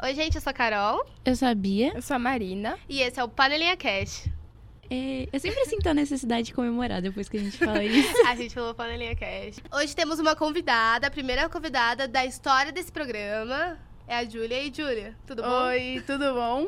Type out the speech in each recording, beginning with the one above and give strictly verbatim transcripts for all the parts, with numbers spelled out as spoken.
Oi, gente, eu sou a Carol. Eu sabia. Eu sou a Marina. E esse é o Panelinha Cash. É, eu sempre sinto a necessidade de comemorar depois que a gente fala isso. A gente falou Panelinha Cash. Hoje temos uma convidada, a primeira convidada da história desse programa. É a Júlia. E Júlia, tudo bom? Oi, tudo bom?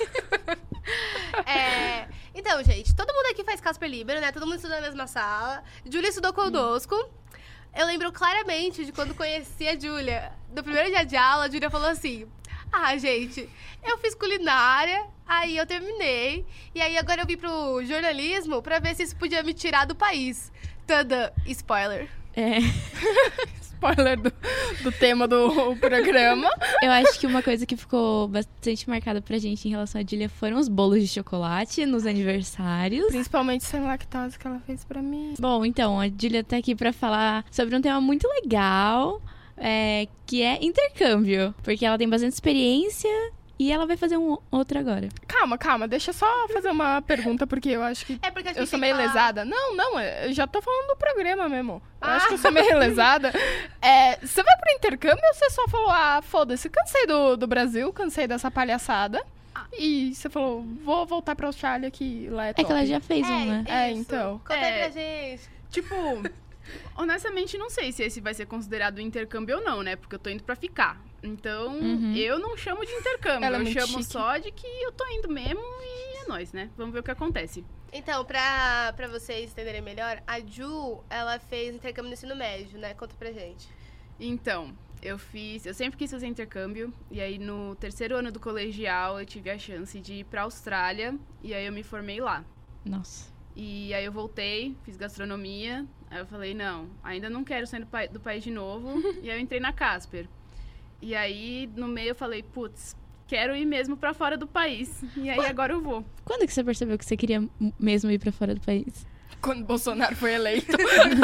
É, então, gente, todo mundo aqui faz Casper Libero, né? Todo mundo estuda na mesma sala. Júlia estudou conosco. Eu lembro claramente de quando conheci a Júlia. No primeiro dia de aula, a Júlia falou assim: ah, gente, eu fiz culinária, aí eu terminei. E aí agora eu vim pro jornalismo pra ver se isso podia me tirar do país. Tada, spoiler. É. Spoiler do, do tema do programa. Eu acho que uma coisa que ficou bastante marcada pra gente em relação à Júlia foram os bolos de chocolate nos aniversários. Principalmente sem lactose que ela fez pra mim. Bom, então, a Júlia tá aqui pra falar sobre um tema muito legal, é, que é intercâmbio. Porque ela tem bastante experiência e ela vai fazer um outro agora. Calma, calma, deixa eu só fazer uma pergunta, porque eu acho que É porque a gente eu sou tem meio que falar- lesada. Não, não, eu já tô falando do programa mesmo. Eu Ah. acho que eu sou meio lesada. É, você vai pro intercâmbio ou você só falou, ah, foda-se, cansei do, do Brasil, cansei dessa palhaçada. E você falou, vou voltar pra Austrália, que lá é É top. que ela já fez um, né? É, isso. então. Conta aí É. pra gente. Tipo, honestamente, não sei se esse vai ser considerado intercâmbio ou não, né? Porque eu tô indo pra ficar. Então, Uhum. eu não chamo de intercâmbio. Ela é eu muito chamo chique. só de que eu tô indo mesmo e é nóis, né? Vamos ver o que acontece. Então, pra, pra vocês entenderem melhor, a Ju, ela fez intercâmbio no ensino médio, né? Conta pra gente. Então, eu fiz... Eu sempre quis fazer intercâmbio. E aí, no terceiro ano do colegial, eu tive a chance de ir pra Austrália. E aí, eu me formei lá. Nossa. E aí, eu voltei, fiz gastronomia. Aí, eu falei, não, ainda não quero sair do, pa- do país de novo. E aí, eu entrei na Casper. E aí, no meio, eu falei, putz, quero ir mesmo pra fora do país. E aí, agora eu vou. Quando que você percebeu que você queria m- mesmo ir pra fora do país? Quando Bolsonaro foi eleito.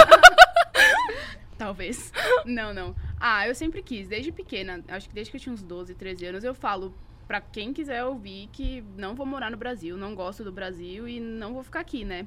Talvez. Não, não. Ah, eu sempre quis, desde pequena. Acho que desde que eu tinha uns doze, treze anos, eu falo pra quem quiser ouvir que não vou morar no Brasil, não gosto do Brasil e não vou ficar aqui, né?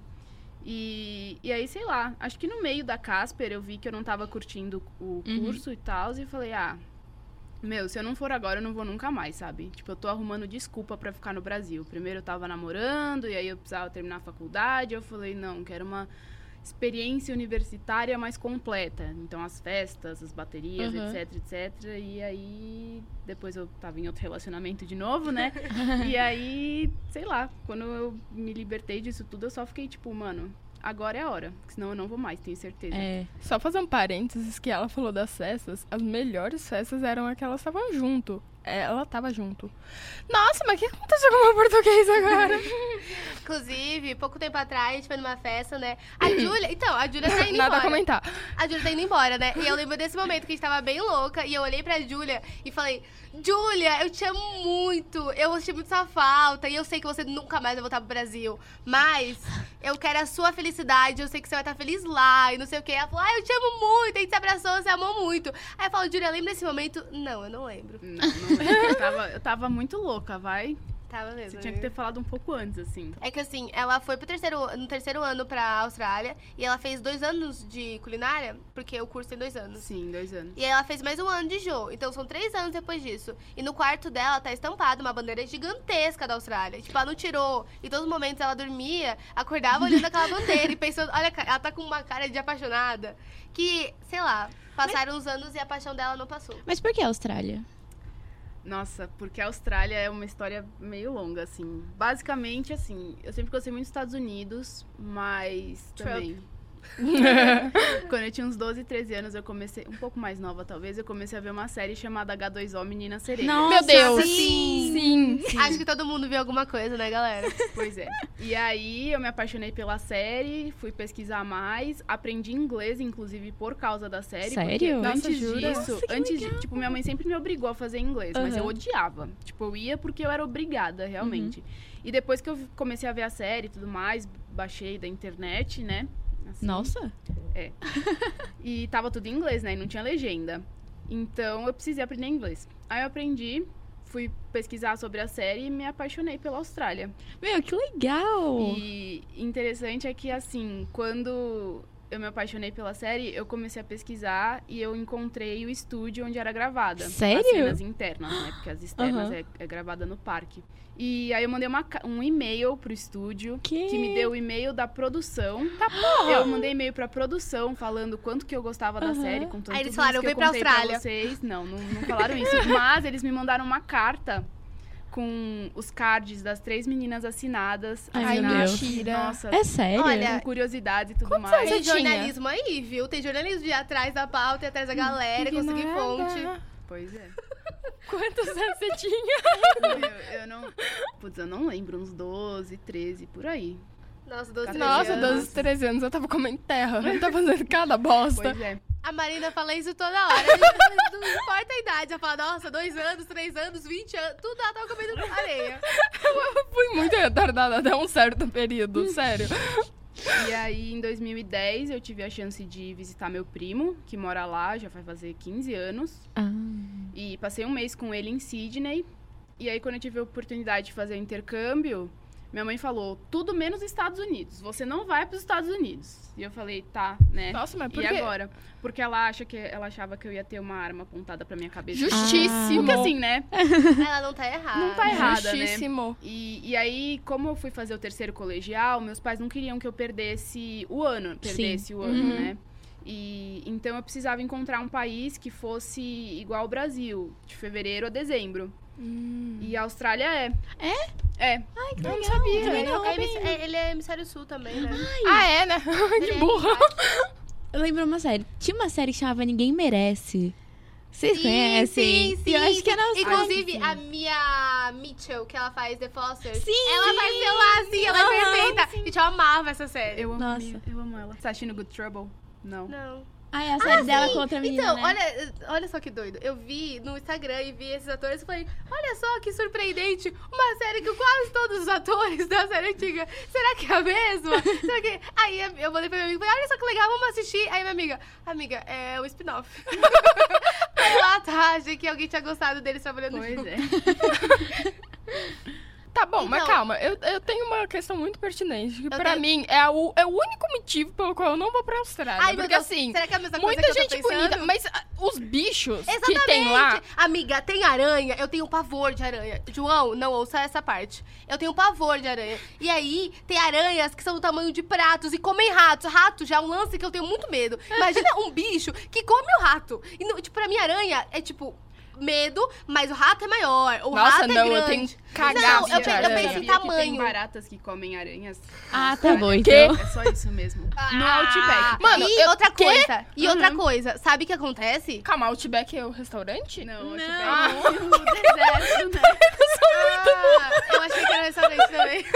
E, e aí, sei lá, acho que no meio da Casper eu vi que eu não tava curtindo o Uhum. curso e tal, e falei, ah, meu, se eu não for agora, eu não vou nunca mais, sabe? Tipo, eu tô arrumando desculpa pra ficar no Brasil. Primeiro eu tava namorando, e aí eu precisava terminar a faculdade, eu falei, não, quero uma experiência universitária mais completa. Então, as festas, as baterias, Uhum. etc, etcétera. E aí, depois eu tava em outro relacionamento de novo, né? E aí, sei lá, quando eu me libertei disso tudo, eu só fiquei tipo, mano, agora é a hora. Senão eu não vou mais, tenho certeza. É. Só fazer um parênteses que ela falou das festas. As melhores festas eram as que elas estavam junto. Ela tava junto. Nossa, mas o que aconteceu com o meu português agora? Inclusive, pouco tempo atrás, a gente foi numa festa, né? A Júlia... Então, a Júlia tá indo Nada a embora. comentar. A Júlia tá indo embora, né? E eu lembro desse momento que a gente tava bem louca. E eu olhei pra Júlia e falei... Júlia, eu te amo muito. Eu senti muito sua falta. E eu sei que você nunca mais vai voltar pro Brasil. Mas eu quero a sua felicidade. Eu sei que você vai estar feliz lá. E não sei o quê. Ela falou, ah, eu te amo muito. A gente se abraçou, você amou muito. Aí eu falo, Júlia, lembra desse momento? Não, eu não lembro. Não, não lembro. Eu tava, eu tava muito louca, vai. Tava mesmo. Você tinha que ter falado um pouco antes, assim. É que assim, ela foi pro terceiro, no terceiro ano pra Austrália. E ela fez dois anos de culinária. Porque o curso tem dois anos. Sim, dois anos. E aí ela fez mais um ano de Jo. Então são três anos depois disso. E no quarto dela tá estampada uma bandeira gigantesca da Austrália. Tipo, ela não tirou. Em todos os momentos ela dormia, acordava olhando aquela bandeira e pensando, olha, ela tá com uma cara de apaixonada. Que, sei lá, passaram uns anos e a paixão dela não passou. Mas por que a Austrália? Nossa, porque a Austrália é uma história meio longa, assim. Basicamente, assim, eu sempre gostei muito dos Estados Unidos, mas Trump. também... Quando eu tinha uns doze, treze anos, eu comecei, um pouco mais nova talvez, eu comecei a ver uma série chamada H dois O Menina Sereia. Nossa, Meu Deus. Sim. Sim. Acho que todo mundo viu alguma coisa, né, galera? Pois é. E aí eu me apaixonei pela série, fui pesquisar mais, aprendi inglês, inclusive, por causa da série. Sério? Porque Nossa, antes jura? disso, Nossa, que antes de, tipo, minha mãe sempre me obrigou a fazer inglês, mas Aham. eu odiava. Tipo, eu ia porque eu era obrigada, realmente. Uhum. E depois que eu comecei a ver a série e tudo mais, baixei da internet, né? Assim, Nossa. E tava tudo em inglês, né? E não tinha legenda. Então eu precisei aprender inglês. Aí eu aprendi, fui pesquisar sobre a série e me apaixonei pela Austrália. Meu, que legal! E interessante é que, assim, quando eu me apaixonei pela série, eu comecei a pesquisar e eu encontrei o estúdio onde era gravada. Sério? As cenas internas, né? Porque as externas Uhum. é, é gravada no parque. E aí eu mandei uma ca- um e-mail pro estúdio, Que? que me deu o e-mail da produção. Tá porra! Eu mandei e-mail pra produção falando quanto que eu gostava da Uhum. série, contando Aí eles tudo falaram, isso que "Vem eu pra contei Austrália." vocês. Não, não, não falaram isso. Mas eles me mandaram uma carta com os cards das três meninas assinadas. Ai, Ai, meu Deus. mentira. Nossa, É sério? Olha, com curiosidades e tudo Quantos mais. anos Tem você tinha? jornalismo aí, viu? Tem jornalismo de ir atrás da pauta, ir atrás da galera, conseguir Ignorada. fonte. Pois é. Quantos anos você tinha? eu, eu não. Putz, eu não lembro, uns doze, treze, por aí. Nossa, doze, treze Nossa, anos. doze, treze anos, eu tava comendo terra. Eu tava fazendo cada bosta. Pois é. A Marina fala isso toda hora. Não, não importa a idade. Ela fala, nossa, dois anos, três anos, vinte anos. Tudo ela tava comendo areia. Eu fui muito retardada até um certo período, sério. E aí, em dois mil e dez, eu tive a chance de visitar meu primo, que mora lá, já vai fazer quinze anos. Ah. E passei um mês com ele em Sydney. E aí, quando eu tive a oportunidade de fazer o intercâmbio, minha mãe falou, tudo menos Estados Unidos. Você não vai para os Estados Unidos. E eu falei, tá, né? Nossa, mas por e quê? agora? Porque ela acha que ela achava que eu ia ter uma arma apontada pra minha cabeça. Justíssimo. Porque assim, né? Ela não tá errada. Não tá errada, né? Justíssimo. E, e aí, como eu fui fazer o terceiro colegial, meus pais não queriam que eu perdesse o ano, perdesse Sim. o ano, Uhum. né? E então eu precisava encontrar um país que fosse igual ao Brasil, de fevereiro a dezembro. Hum. E a Austrália é. É? É. Ai, que Eu não legal. sabia. Também não. É hemisfé- é- ele é hemisfério sul também, né? Ah, é, né? Ele Que é burra. embaixo. Eu lembro uma série. Tinha uma série que chamava Ninguém Merece. Vocês Sim, conhecem? sim, sim. Eu acho que é na Austrália. Inclusive, sim. a Mia Mitchell, que ela faz The Fosters, Sim! ela apareceu lá, assim, ela é Aham, perfeita. Gente, eu amava essa série. Eu amo, Nossa. amiga, eu amo ela. Você tá assistindo Good Trouble? Não. Não. Ah, é a série dela com outra menina, Então, né? olha, olha só que doido. Eu vi no Instagram e vi esses atores e falei, olha só que surpreendente, uma série que quase todos os atores da série antiga, será que é a mesma? Será que... Aí eu mandei pra minha amiga e falei, olha só que legal, vamos assistir. Aí minha amiga, amiga, é o spin-off. Aí lá, tá, achei que alguém tinha gostado deles trabalhando Pois junto. é. Tá bom, mas Então- calma. Eu, eu tenho uma questão muito pertinente. Que Eu pra tenho- mim é o, é o único motivo pelo qual eu não vou pra Austrália. Ai, meu porque Deus, assim, será que é a mesma coisa muita que eu gente tô pensando? bonita. Mas ah, os bichos Exatamente. que tem lá. Amiga, tem aranha, eu tenho pavor de aranha. João, não ouça essa parte. Eu tenho pavor de aranha. E aí, tem aranhas que são do tamanho de pratos e comem ratos. Rato já é um lance que eu tenho muito medo. Imagina um bicho que come o rato. E, não- tipo, pra mim, aranha é tipo... Medo, mas o rato é maior. O Nossa, rato não, é eu grande. tenho Não, cagaço eu, de pe- eu aranha. penso em Sabia que tem tamanho. baratas que comem aranhas? Ah, tá bom, Quê? então. É só isso mesmo. Ah, No Outback. Mano, e eu- outra quê? coisa. E outra Uhum. coisa. Sabe o que acontece? Calma, Outback é o restaurante? Não, Não. Outback no deserto, né? Ah, eu achei que era restaurante também.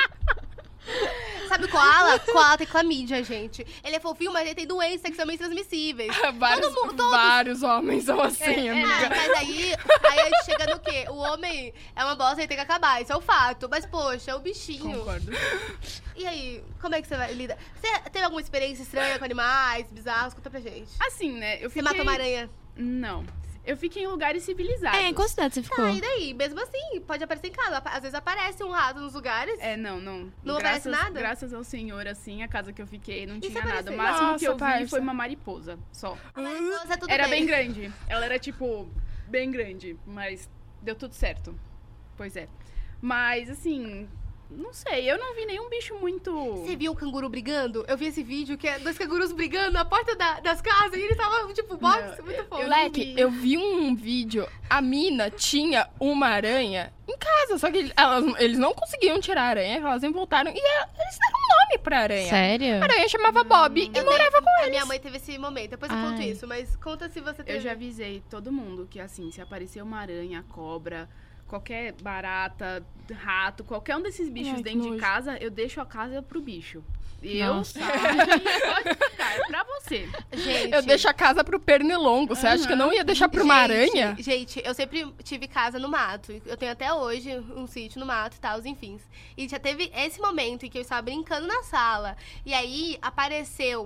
Sabe o koala? Koala tem clamídia, gente. Ele é fofinho, mas ele tem doenças sexualmente transmissíveis. vários, Todo mundo- todos. vários homens são assim, É, amiga. mas aí, aí a gente chega no quê? O homem é uma bosta, ele tem que acabar. Isso é o fato. Mas, poxa, é o bichinho. Concordo. E aí, como é que você vai lidar? Você teve alguma experiência estranha com animais, bizarros? Conta pra gente. Assim, né? Eu Você fiquei... matou uma aranha? Não. Eu fiquei em lugares civilizados. É, em qual cidade você ficou? Tá, e daí? Mesmo assim, pode aparecer em casa. Às vezes aparece um rato nos lugares. É, não, não. Não graças, aparece nada? Graças ao Senhor, assim, a casa que eu fiquei não E se tinha nada. aparecer? O máximo Nossa, que eu vi parça. foi uma mariposa, só. Mas é tudo Era bem. bem grande. Ela era, tipo, bem grande, mas deu tudo certo. Pois é. Mas, assim, não sei, eu não vi nenhum bicho muito... Você viu o canguru brigando? Eu vi esse vídeo que é dois cangurus brigando na porta da- das casas e eles estavam, tipo, boxe, Não, muito eu- fofo. eu- Moleque, vi. eu vi um vídeo, a mina tinha uma aranha em casa, só que ele- elas, eles não conseguiam tirar a aranha, elas nem voltaram, e ela- eles deram um nome pra aranha. Sério? A aranha chamava Bob e Eu morava tenho- com A eles. minha mãe teve esse momento, depois eu conto Ai. isso, mas conta se você teve. Eu já avisei todo mundo que, assim, se aparecer uma aranha, cobra, qualquer barata, rato, qualquer um desses bichos Ai, que dentro de nojo. casa, eu deixo a casa pro bicho. Eu Nossa. saio e pode ficar, é pra você. Gente, Eu deixo a casa pro pernilongo, você acha que eu não ia deixar pra uma gente, aranha? Gente, eu sempre tive casa no mato. Eu tenho até hoje um sítio no mato e tal, enfim. E já teve esse momento em que eu estava brincando na sala. E aí apareceu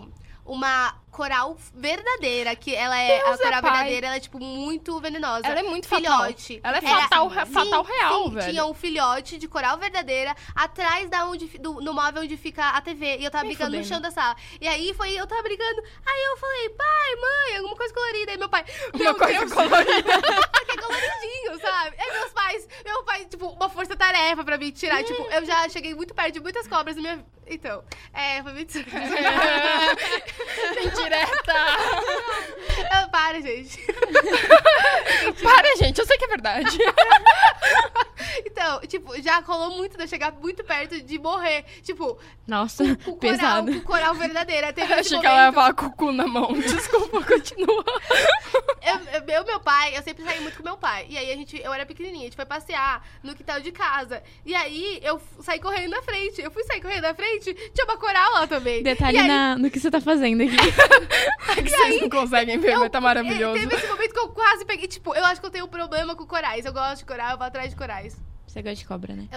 uma coral verdadeira, que ela é Deus a coral é pai. verdadeira, ela é tipo muito venenosa. Ela é muito fatal. filhote. Ela é Era- fatal, sim, fatal real, sim, velho. Tinha um filhote de coral verdadeira atrás da onde, fi- do, no móvel onde fica a T V. E eu tava Nem brincando no fudendo. chão da sala. E aí foi, eu tava brincando. Aí eu falei, pai, mãe, alguma coisa colorida. Aí meu pai, Uma meu coisa Deus, colorida. que é coloridinho, sabe? Aí meus pais, meu pai, tipo, uma força-tarefa pra me tirar. Tipo, eu já cheguei muito perto de muitas cobras na minha. Então, é, foi muito. Tem direta. Eu, para, gente. Para, gente, eu sei que é verdade. Então, tipo, já rolou muito de eu chegar muito perto de morrer. Tipo, Nossa, com o coral, pesado. com o coral verdadeira. Teve Eu esse achei que ela ia momento. falar com o cu na mão. Desculpa, continua. Eu, eu, meu pai, eu sempre saí muito com meu pai. E aí a gente, eu era pequenininha, a gente foi passear no quintal de casa. E aí eu f- saí correndo na frente. Eu fui sair correndo na frente, tinha uma coral lá também. Detalhe e aí, na- no que você tá fazendo aqui. É que vocês não conseguem ver, mas tá maravilhoso. Teve esse momento que eu quase peguei. Tipo, eu acho que eu tenho um problema com corais. Eu gosto de coral, eu vou atrás de corais. Você gosta de cobra, né?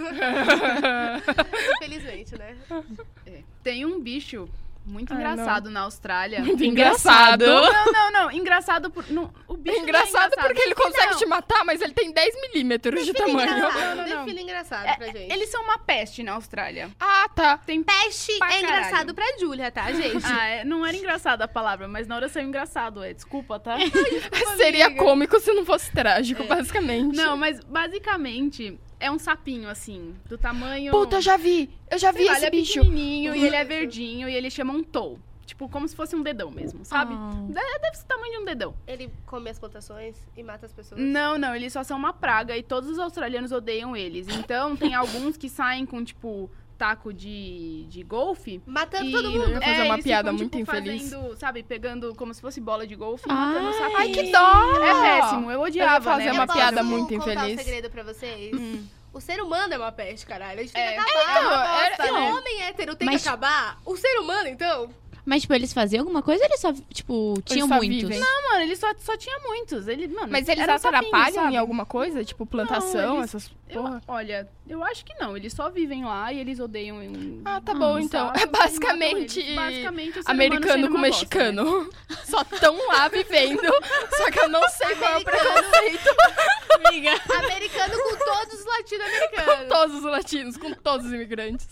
Infelizmente, né? É. Tem um bicho muito Ai, engraçado na Austrália. Muito engraçado. Não, não, não. Engraçado por. Não, o bicho É não engraçado porque ele consegue Não. te matar, mas ele tem dez milímetros de Defina tamanho. engraçado, Não, não, não. defina engraçado É, pra gente. Eles são uma peste na Austrália. Ah, tá. Tem Peste pra é caralho. engraçado pra Júlia, tá, gente? Ah, é, não era engraçada a palavra, mas na hora saiu engraçado, é. Desculpa, tá? Seria amiga. cômico se não fosse trágico, basicamente. Não, mas basicamente é um sapinho, assim, do tamanho... Puta, eu já vi. Eu já vi Sei lá, esse ele é bicho. pequenininho e ele é verdinho e ele chama um tou. Tipo, como se fosse um dedão mesmo, sabe? Ah. Deve deve ser o tamanho de um dedão. Ele come as plantações e mata as pessoas. Não, não, eles só são uma praga e todos os australianos odeiam eles. Então, tem alguns que saem com, tipo, taco de, de golfe. Matando e, todo Eu mundo. ia fazer uma eles piada ficam, muito tipo, infeliz. Fazendo, sabe, pegando como se fosse bola de golfe e Ai. matando o sapinho. Ai, que dó! É péssimo, eu odiava, fazer né? uma eu posso piada muito contar infeliz. um segredo pra vocês? Hum. O ser humano é uma peste, caralho. A gente tem É. que acabar. Então, É uma era- bosta, eu- né? O homem hétero tem Mas- que acabar. O ser humano, então... Mas, tipo, eles faziam alguma coisa ou eles só, tipo, tinham só muitos? vivem. Não, mano, ele só, só tinha muitos. Ele, mano, Mas eles era um sapinho, atrapalham sabe? em alguma coisa? Tipo, plantação, Não, eles- essas Eu- porra? olha, eu acho que não. Eles só vivem lá e eles odeiam. Um, Ah, tá Ah, bom, um então. sapo É e matam basicamente eles. Basicamente, o ser humano americano sendo com uma bosta, né? mexicano. Só tão lá vivendo. Só que eu não sei qual é o Americano. preconceito. Amiga. Americano com todos os Com latino-americanos. todos os latinos, com todos os imigrantes.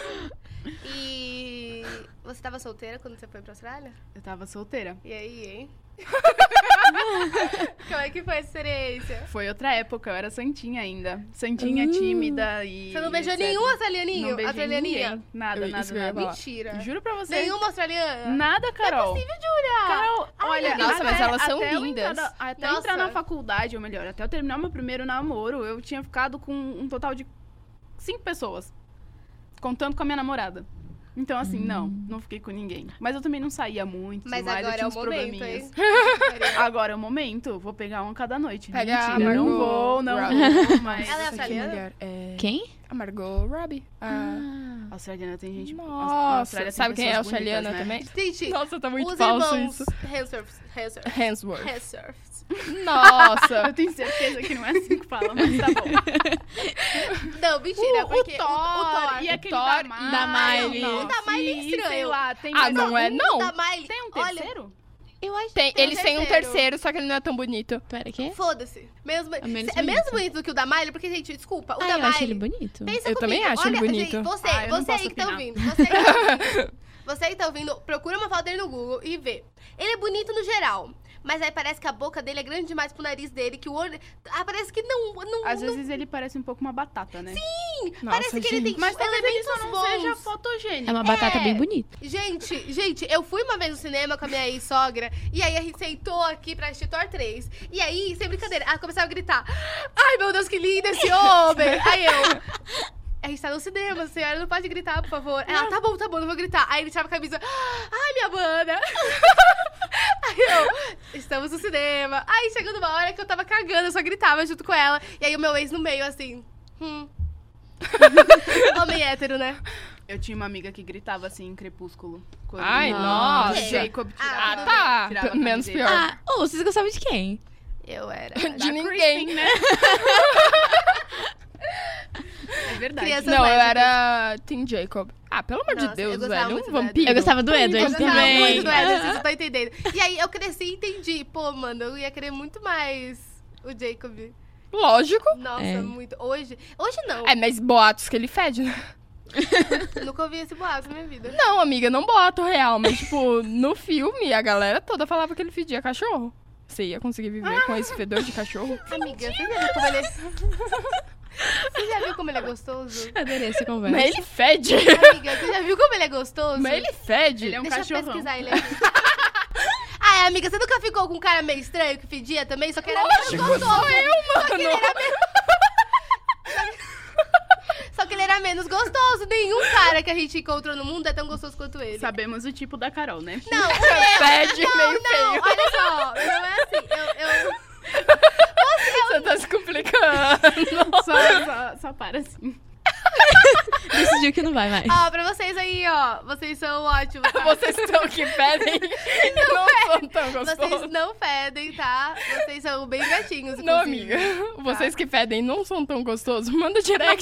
E... Você tava solteira quando você foi pra Austrália? Eu tava solteira. E aí, hein? Como é que foi a experiência? Foi outra época, eu era santinha ainda. Santinha, Uh. tímida e. Você não beijou etcétera. nenhum australianinho? Não beijei australianinha? ninguém. Nada, Eu- nada, isso que eu ia nada. falar. Mentira. Juro pra você. Nenhuma australiana? Nada, Carol. Não é possível, Júlia! Carol, olha, Nossa, até- mas elas são até eu lindas. entrar na- até eu Nossa. entrar na faculdade, ou melhor, até eu terminar meu primeiro namoro, eu tinha ficado com um total de cinco pessoas. Contando com a minha namorada. Então, assim, não, não fiquei com ninguém. Mas eu também não saía muito, Mas mas eu agora tinha é o uns momento, probleminhas. hein? Agora é o momento, vou pegar um cada noite. Pega a Mentira, não Margot vou, não Robbie. vou, mas... Ela é Essa aqui, australiana? mulher, é... Quem? A Margot Robbie. Ah. Ah. A australiana tem gente... na Nossa, Austrália tem sabe quem é pessoas australiana bonitas, né? também? Gente, Nossa, tá muito os falso irmãos isso. Hemsworth. Hemsworth. Hemsworth. Hemsworth. Nossa. Eu tenho certeza que não é assim que fala, mas tá bom. Não, mentira, O- o porque Thor, o, o Thor. E aquele Thor da e Miley. da Miley. O da Miley é E, estranho. sei lá, tem Ah, mais não é, o não. da Miley, Tem um olha, terceiro? Eu acho Tem, Tem um eles têm um terceiro. terceiro, só que ele não é tão bonito. Pera, quê? foda-se. Mesmo, É menos é menos bonito. bonito do que o da Miley, porque, gente, desculpa, o Ah, da eu Miley... acho ele bonito. Pensa Eu comigo. também acho ele Olha, bonito. gente, você, Ah, eu não você aí posso que tá opinar. ouvindo, você que tá ouvindo, você que tá ouvindo, procura uma foto dele no Google e vê. Ele é bonito no geral, mas aí parece que a boca dele é grande demais pro nariz dele, que o olho... Ah, parece que não... não Às não- vezes ele parece um pouco uma batata, né? Sim! Nossa, parece que ele tem gente. Mas talvez ele elementos só não bons. seja fotogênico. É uma batata É. bem bonita. Gente, gente, eu fui uma vez no cinema com a minha ex-sogra e aí a gente sentou aqui pra assistir Thor três. E aí, sem brincadeira, ela começava a gritar: ai, meu Deus, que lindo esse homem! Aí eu. A gente tá no cinema, a senhora não pode gritar, por favor. Ela, tá bom, tá bom, não vou gritar. Aí ele tirava a camisa, ai, minha banda. Aí eu, estamos no cinema. Aí chegando uma hora que eu tava cagando, eu só gritava junto com ela. E aí o meu ex no meio, assim, hum. Homem hétero, né? Eu tinha uma amiga que gritava assim em Crepúsculo. Quando Ai, o nossa. Jacob Ah, tirava, Ah, tá. tirava a P- Menos camiseta. pior. Ah, ô, vocês gostavam de quem? Eu era. De Da ninguém. Kristen, né? É verdade. verdade. Criança Não, eu lésbicas. era Team Jacob. Ah, pelo amor Nossa, de Deus, eu gostava velho. muito Um do Edward. vampiro. Eu gostava do Edward Eu gostava também. muito do Edward, vocês não estão entendendo. E aí eu cresci e entendi. Pô, mano, eu ia querer muito mais o Jacob. Lógico. Nossa, É. muito. Hoje. Hoje não. É, mas boatos que ele fede, né? Eu nunca ouvi esse boato na minha vida. Não, amiga, não boato real. Mas, tipo, no filme, a galera toda falava que ele fedia cachorro. Você ia conseguir viver com esse fedor de cachorro? Amiga, você já viu como ele é. Você já viu como ele é gostoso? Adorei essa conversa. Mas ele fede. Amiga, você já viu como ele é gostoso? Mas ele fede. Ele é um Deixa eu cachorrão. pesquisar ele aqui. Ah, amiga, você nunca ficou com um cara meio estranho que fedia também? Só que era menos Lógico, gostoso. sou eu, Só que ele mano. era menos... Só que ele era menos gostoso. Nenhum cara que a gente encontrou no mundo é tão gostoso quanto ele. Sabemos o tipo da Carol, né? Não, Fede meio não, feio. olha só. Não é assim. Eu... eu... Você tá se complicando. Só, só, só para assim. Decidiu que não vai mais. Ó, pra vocês aí, ó. Vocês são ótimos, tá? Vocês estão que pedem e não são tão Vocês gostosos. não fedem, tá? Vocês são bem gatinhos, Não, inclusive. amiga. Vocês que pedem não são tão gostosos. Manda direct.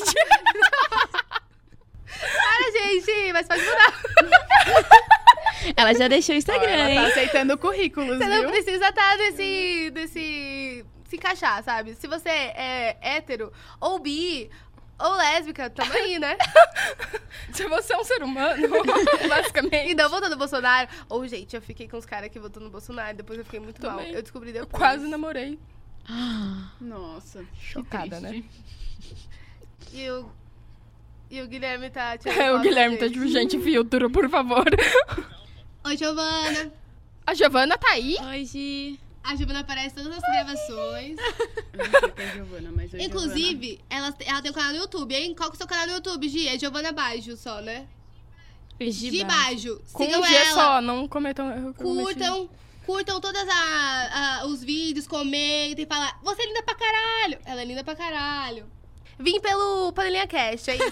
Para, gente. Mas pode mudar. Ela já deixou o Ó, Instagram, ela tá hein? aceitando currículos, Você não viu? precisa estar nesse, nesse... Se encaixar, sabe? Se você é hétero ou bi ou lésbica, tamo aí, né? Se você é um ser humano, basicamente. Então, voltando no Bolsonaro... Ou, gente, eu fiquei com os caras que votou no Bolsonaro. Depois eu fiquei muito mal. Também. Eu descobri Eu depois. quase namorei. Nossa, que Chocada, né? triste. E o... E o Guilherme tá... tirando É, o foto, Guilherme tá gente. tipo, gente, filtro, por favor. Oi, Giovana. A Giovana tá aí? Oi, Gi. A Giovana aparece em todas as gravações. Eu não sei quem é Giovana, mas oi, Inclusive, ela, ela tem um canal no YouTube, hein? Qual que é o seu canal no YouTube, Gi? É Giovana Baggio só, né? Gi Baggio. Com Sigam um G ela. só, não cometam erro que eu cometi. Curtam. Curtam todos os vídeos, comentem, falam, você é linda pra caralho. Ela é linda pra caralho. Vim pelo Panelinha Cast, aí.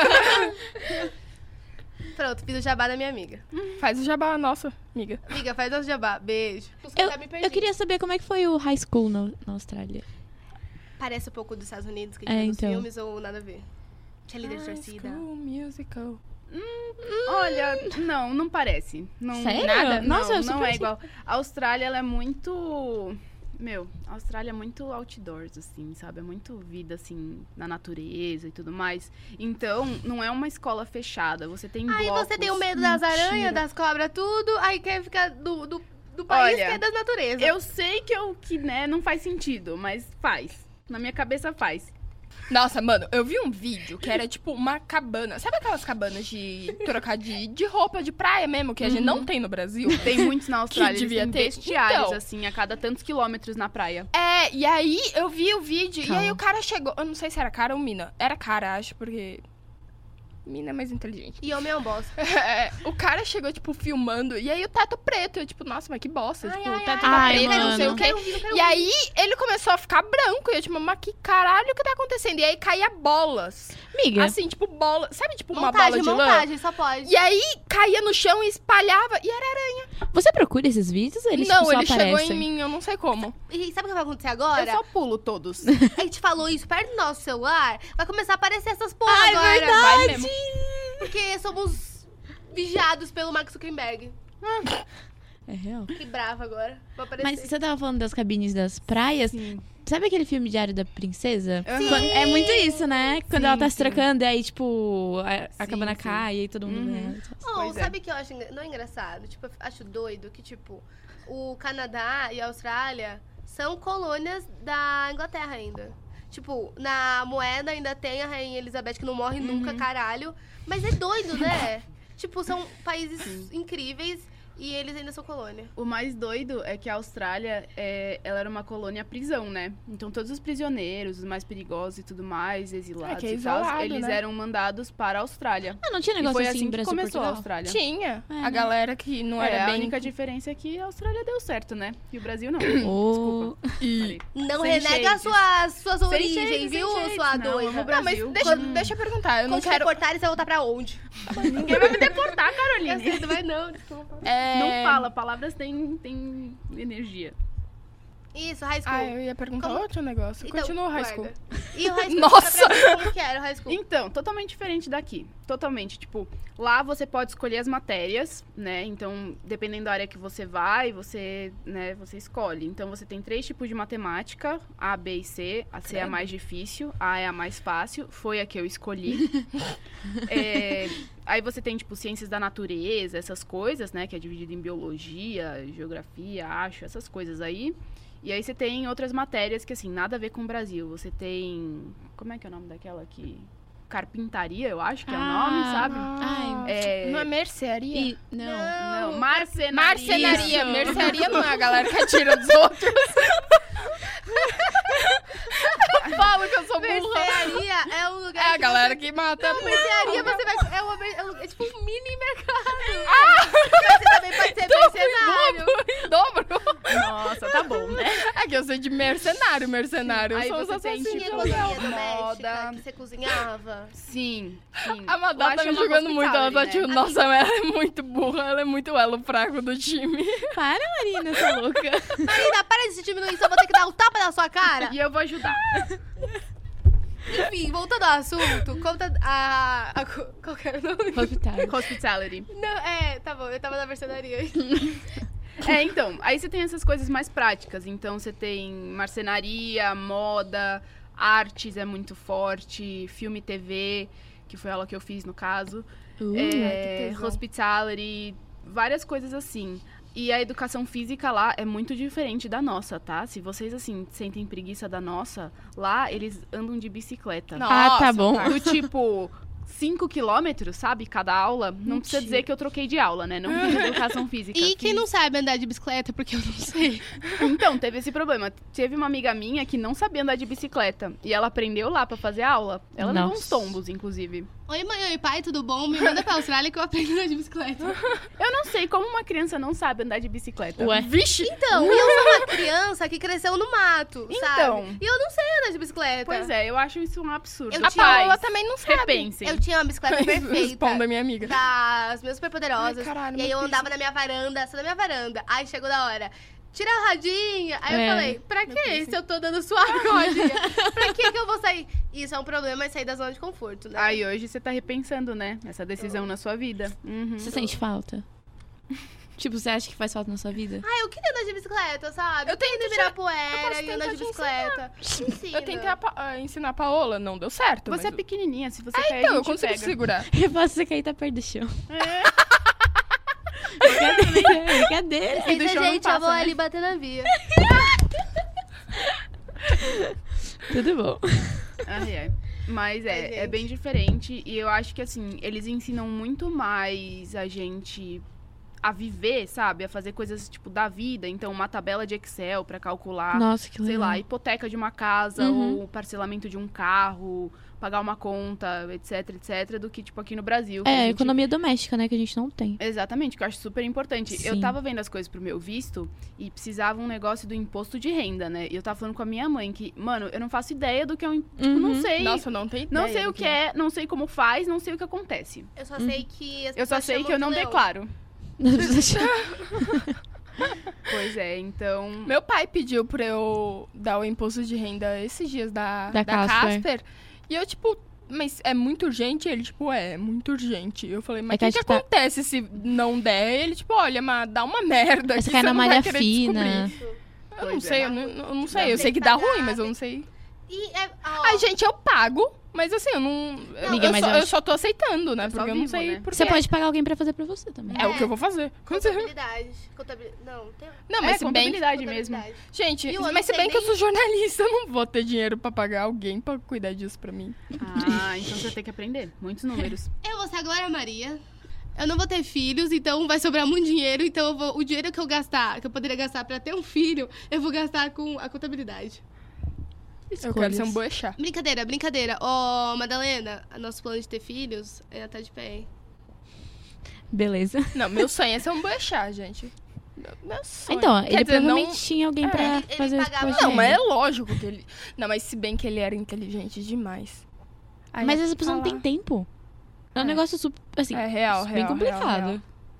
Pronto, fiz o jabá da minha amiga. Faz o jabá, nossa, amiga. Amiga, faz nosso jabá. Beijo. Eu, Já me perdi. eu queria saber como é que foi o high school no- na Austrália. Parece um pouco dos Estados Unidos que a É, gente vê nos então. filmes ou nada a ver? Tinha líder de torcida. School Musical. Olha, não, não parece. Não, Sério? Nada, Nossa, não, eu super não é achei- igual. A Austrália, ela é muito... Meu, a Austrália é muito outdoors, assim, sabe? É muito vida, assim, na natureza e tudo mais. Então, não é uma escola fechada. Você tem Aí blocos. você tem o medo das Mentira. aranhas, das cobras, tudo. Aí quer ficar do, do, do país Olha, que é da natureza. Eu sei que, eu, que né, não faz sentido, mas faz. Na minha cabeça faz. Nossa, mano, eu vi um vídeo que era tipo uma cabana. Sabe aquelas cabanas de trocar de, de roupa de praia mesmo, que a gente não tem no Brasil? Tem muitos na Austrália. eles devia têm ter. vestiários, Então. assim, a cada tantos quilômetros na praia. É, e aí eu vi o vídeo, Calma. e aí o cara chegou. Eu não sei se era cara ou mina. Era cara, acho, porque. Mina é mais inteligente. E homem é um bosta. É, o cara chegou, tipo, filmando, e aí o teto preto. Eu, tipo, nossa, mas que bosta. Ai, tipo, ai, o teto ai, tá ai, preto, não sei mano. o quê. Quero ouvir, quero E ouvir. aí ele começou a ficar branco. E eu, tipo, mas que caralho que tá acontecendo? E aí caía bolas. Amiga, Assim, tipo, bola. Sabe, tipo, uma Montagem, bola de lã? montagem, só pode. E aí caía no chão e espalhava. E era. você procura esses vídeos ou eles não, tipo, só ele chegou aparecem? em mim, eu não sei como. E sabe o que vai acontecer Eu agora? só pulo todos. A gente falou isso perto do nosso celular, vai começar a aparecer essas porra Ai, agora. verdade! Vai mesmo. Porque somos vigiados pelo Mark Zuckerberg. É real. Que brava agora. Vai aparecer. Mas você tava falando das cabines das praias. Sim. Sabe aquele filme Diário da Princesa? Sim. Quando- é muito isso, né? Quando Sim, ela tá se sim. trocando, e aí, tipo, a, a Sim, cabana sim. cai e aí todo mundo... Uhum. né? Oh, Pois é. sabe que eu acho engra- não é engraçado? Tipo, eu acho doido que, tipo, o Canadá e a Austrália são colônias da Inglaterra ainda. Tipo, na moeda ainda tem a Rainha Elizabeth, que não morre Uhum. nunca, caralho. Mas é doido, né? Tipo, são países incríveis e eles ainda são colônia. O mais doido é que a Austrália, é, ela era uma colônia prisão, né? Então todos os prisioneiros, os mais perigosos e tudo mais, exilados É que é e tal, isolado, eles né? eram mandados para a Austrália. Ah, não tinha E negócio foi assim, assim que Brasil começou a Portugal? Austrália. Tinha. É, a né? galera que não É, era a bem. única diferença é que a Austrália deu certo, né? E o Brasil não. Ô, Desculpa. E... Falei. Não Sem renega shades. suas, suas Sem origens, shades, viu, sem shades. sua Não, doida? amo o Não, mas Brasil. deixa, Quando- deixa eu perguntar. Eu não Quando te quero. deportarem, você vai voltar pra onde? Ninguém vai me deportar, Eu Caroline. sei, não vai não, desculpa. É... Não fala, palavras têm, têm energia. Isso, high school. Ah, eu ia perguntar Como- outro negócio. Então, Continua o high school. guarda. E o high school, Nossa! conta pra mim como que era o high school? Então, totalmente diferente daqui. Totalmente. Tipo, lá você pode escolher as matérias, né? Então, dependendo da área que você vai, você, né, você escolhe. Então, você tem três tipos de matemática, A, B e C. A C é a mais difícil, A é a mais fácil. Foi a que eu escolhi. É, aí você tem, tipo, ciências da natureza, essas coisas, né? Que é dividido em biologia, geografia, acho, essas coisas aí. E aí você tem outras matérias que, assim, nada a ver com o Brasil. Você tem... Como é que é o nome daquela aqui? Carpintaria, eu acho que é o nome, Ah, sabe? Ai, É... Não é mercearia? E, não. Não, marcenaria. Marcenaria. Isso. Mercearia não é a galera que atira dos outros. Falo que eu sou burra. Mercearia é um lugar É a que galera que mata. Não, mercearia você vai... É, uma, mer- é, um- é tipo um mini mercado. Ah! Você também pode ser mercenário. Em dobro. Nossa, tá bom, né? É que eu sei de mercenário, mercenário. Aí São os você tem, assassinos Tinha tipo, de cozinha aluguel. doméstica, moda. que você cozinhava. Sim, sim. A Madá Lá tá me chama jogando muito, ela tá hospitality, tipo, né? nossa, ela é muito burra, ela é muito elo fraco do time. Para, Marina, tá louca. Marina, para de se diminuir, só vou ter que dar um tapa na sua cara. E eu vou ajudar. Enfim, voltando ao assunto, conta a... a co- qual que era o nome? Hospital. Hospitality. Não, é, tá bom, eu tava na mercenaria. É, então, aí você tem essas coisas mais práticas. Então, você tem marcenaria, moda, artes é muito forte, filme e T V, que foi a aula que eu fiz, no caso. Uh, é, que tesão. hospitality, várias coisas assim. E a educação física lá é muito diferente da nossa, tá? Se vocês, assim, sentem preguiça da nossa, lá eles andam de bicicleta. Não. Ah, tá Nossa, bom. cara. Do tipo, cinco quilômetros, sabe? Cada aula. Não precisa Mentira. dizer que eu troquei de aula, né? Não fiz educação física. E quem Fiz- não sabe andar de bicicleta, porque eu não sei. Então, teve esse problema. Teve uma amiga minha que não sabia andar de bicicleta. E ela aprendeu lá pra fazer aula. Ela levou uns Nossa. tombos, inclusive. Oi, mãe, oi, pai, tudo bom? Me manda pra Austrália que eu aprendo a andar de bicicleta. Eu não sei como uma criança não sabe andar de bicicleta. Ué. Vixe! Então, e eu sou uma criança que cresceu no mato, Então. sabe? E eu não sei andar de bicicleta. Pois é, eu acho isso um absurdo. Eu A tinha- Paola Pais, também não sabe. repensem. Eu tinha uma bicicleta perfeita. Responda, minha amiga. Das minhas superpoderosas. Ai, caralho, e aí meu eu andava piercing. na minha varanda, só na minha varanda. Aí chegou da hora. Tira a rodinha. Aí É. eu falei, pra quê? Se eu tô dando suave com a rodinha? Pra que que eu vou sair? Isso é um problema, é sair da zona de conforto, né? Aí hoje você tá repensando, né? Essa decisão na sua vida. Uhum. Você sente falta? Tipo, você acha que faz falta na sua vida? Ah, eu queria andar de bicicleta, sabe? Eu tento ir te- virar eu poeira posso e andar de tentar te bicicleta. Ensina. Eu tentei a Pa- ah, ensinar a Paola, não deu certo. Você é mas... pequenininha, se você quer, Então, a eu gente consigo pega. segurar. Eu posso você cair tá perto do chão. É. Brincadeira, brincadeira. E do Eita, chão não gente, eu passa, vou né? ali bater na via. Tudo bom. Ai, ai. Mas Ai, é, é gente. bem diferente. E eu acho que, assim, eles ensinam muito mais a gente a viver, sabe? A fazer coisas, tipo, da vida. Então, uma tabela de Excel pra calcular, Nossa, que legal. sei lá, hipoteca de uma casa Uhum. ou parcelamento de um carro, pagar uma conta, etc, etc, do que, tipo, aqui no Brasil. que É, a gente- economia doméstica, né? Que a gente não tem. Exatamente, que eu acho super importante. Eu Sim. tava vendo as coisas pro meu visto e precisava um negócio do imposto de renda, né? E eu tava falando com a minha mãe que, mano, eu não faço ideia do que é um... Tipo, não Uhum. sei... Nossa, eu não tenho ideia. Não sei do o que é, não sei como faz, não sei o que acontece. Eu só sei que as Eu só pessoas sei chamam que eu de não leão. declaro. Pois é, então... Meu pai pediu pra eu dar o imposto de renda esses dias da, Da da, Casper. Casper. E eu, tipo, mas é muito urgente? Ele, tipo, é, é muito urgente. Eu falei, mas É o que que, acho que que tá- acontece se não der? Ele, tipo, olha, mas dá uma merda. Você que cai na não vai malha querer fina. descobrir. Eu não Pois sei, é. eu não, eu não sei. Não, Eu tem sei que que dá pagar, ruim, mas eu tem- não sei. E é, ó, Ai, gente, eu pago, mas assim, eu não. eu- Amiga, eu, mas só, eu eu acho- só tô aceitando, né? É só Porque eu não vivo, sei né? por Você quê. pode pagar alguém pra fazer pra você também. É o que eu vou fazer. contabilidade. Contabilidade. Não, tem... Não, É, mas se bem que... contabilidade mesmo. contabilidade. Gente, Viu? Eu não mas se sei bem que eu nem- sou jornalista, eu não vou ter dinheiro pra pagar alguém pra cuidar disso pra mim. Ah, então você tem que aprender. Muitos números. Eu vou ser a Glória Maria. Eu não vou ter filhos, então vai sobrar muito dinheiro. Então eu vou- o dinheiro que eu gastar, que eu poderia gastar pra ter um filho, eu vou gastar com a contabilidade. Eu quero ser um boechat. Brincadeira, brincadeira. Ô, Madalena, nosso plano de ter filhos ainda tá de pé, hein? Beleza. Não, meu sonho é ser um boechat, gente. Meu, meu sonho. Então, Quer ele dizer, provavelmente não... tinha alguém É, pra ele- ele fazer pagava- isso. Não, mas é lógico que ele... Não, mas se bem que ele era inteligente demais. Aí Mas eu essa pessoa não falar- tem tempo. É um É. negócio super, assim, É real, bem real, complicado. real, real.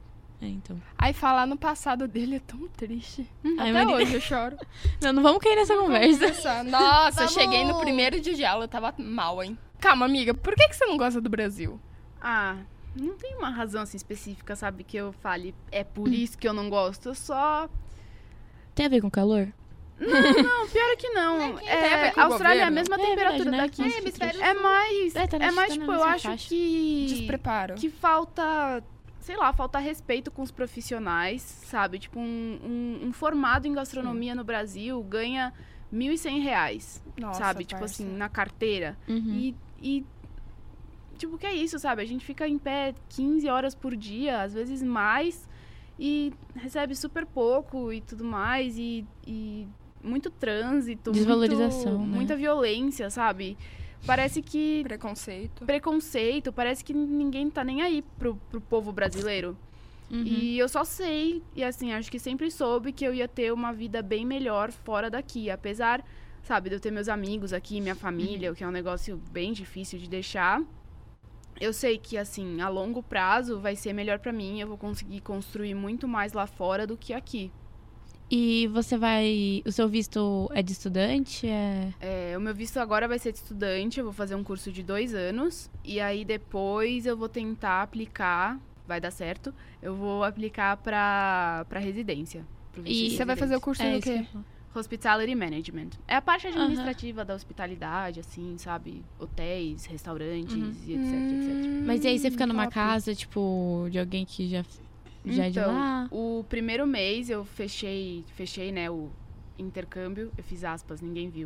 É, então. Aí falar no passado dele é tão triste. Ai, Até Maria- hoje eu choro. Não, não vamos cair nessa conversa. Nossa, Nossa, Vamos. cheguei no primeiro dia de aula, eu tava mal, hein? Calma, amiga, por que, que você não gosta do Brasil? Ah, não tem uma razão assim específica, sabe, que eu fale, é por isso que eu não gosto. Eu só. Tem a ver com calor? Não, pior que não. tem a ver É, com o a Austrália é a governo? mesma É temperatura verdade, né? daqui. Nossa, É, hemisfério É mais. É, tá na- É mais, tá na tipo, eu mesma acho faixa. que. Despreparo. Que falta. Sei lá, falta respeito com os profissionais, sabe? Tipo, um, um, um formado em gastronomia no Brasil ganha mil e cem reais, Nossa, sabe? Tipo parça. assim, na carteira. Uhum. E, e, tipo, que é isso, sabe? A gente fica em pé quinze horas por dia, às vezes mais, e recebe super pouco e tudo mais, e, e muito trânsito, Desvalorização, muito, né? muita violência, sabe? Parece que Preconceito. preconceito, parece que ninguém tá nem aí pro, pro povo brasileiro. Uhum. E eu só sei, e assim, acho que sempre soube que eu ia ter uma vida bem melhor fora daqui. Apesar, sabe, de eu ter meus amigos aqui, minha família, o que é um negócio bem difícil de deixar. Eu sei que, assim, a longo prazo vai ser melhor pra mim. Eu vou conseguir construir muito mais lá fora do que aqui. E você vai... O seu visto é de estudante? É... É, o meu visto agora vai ser de estudante. Eu vou fazer um curso de dois anos. E aí, depois, eu vou tentar aplicar... Vai dar certo. Eu vou aplicar pra, pra residência. pro visto E de Você vai fazer o residência. curso é do isso que eu quê? ia falar. Hospitality Management. É a parte administrativa da hospitalidade, assim, sabe? Hotéis, restaurantes, Uhum. e etc, etcétera. Mas e aí você fica numa top. casa, tipo, de alguém que já, já é de Então, lá? o primeiro mês eu fechei, fechei, né, o intercâmbio, eu fiz aspas, ninguém viu,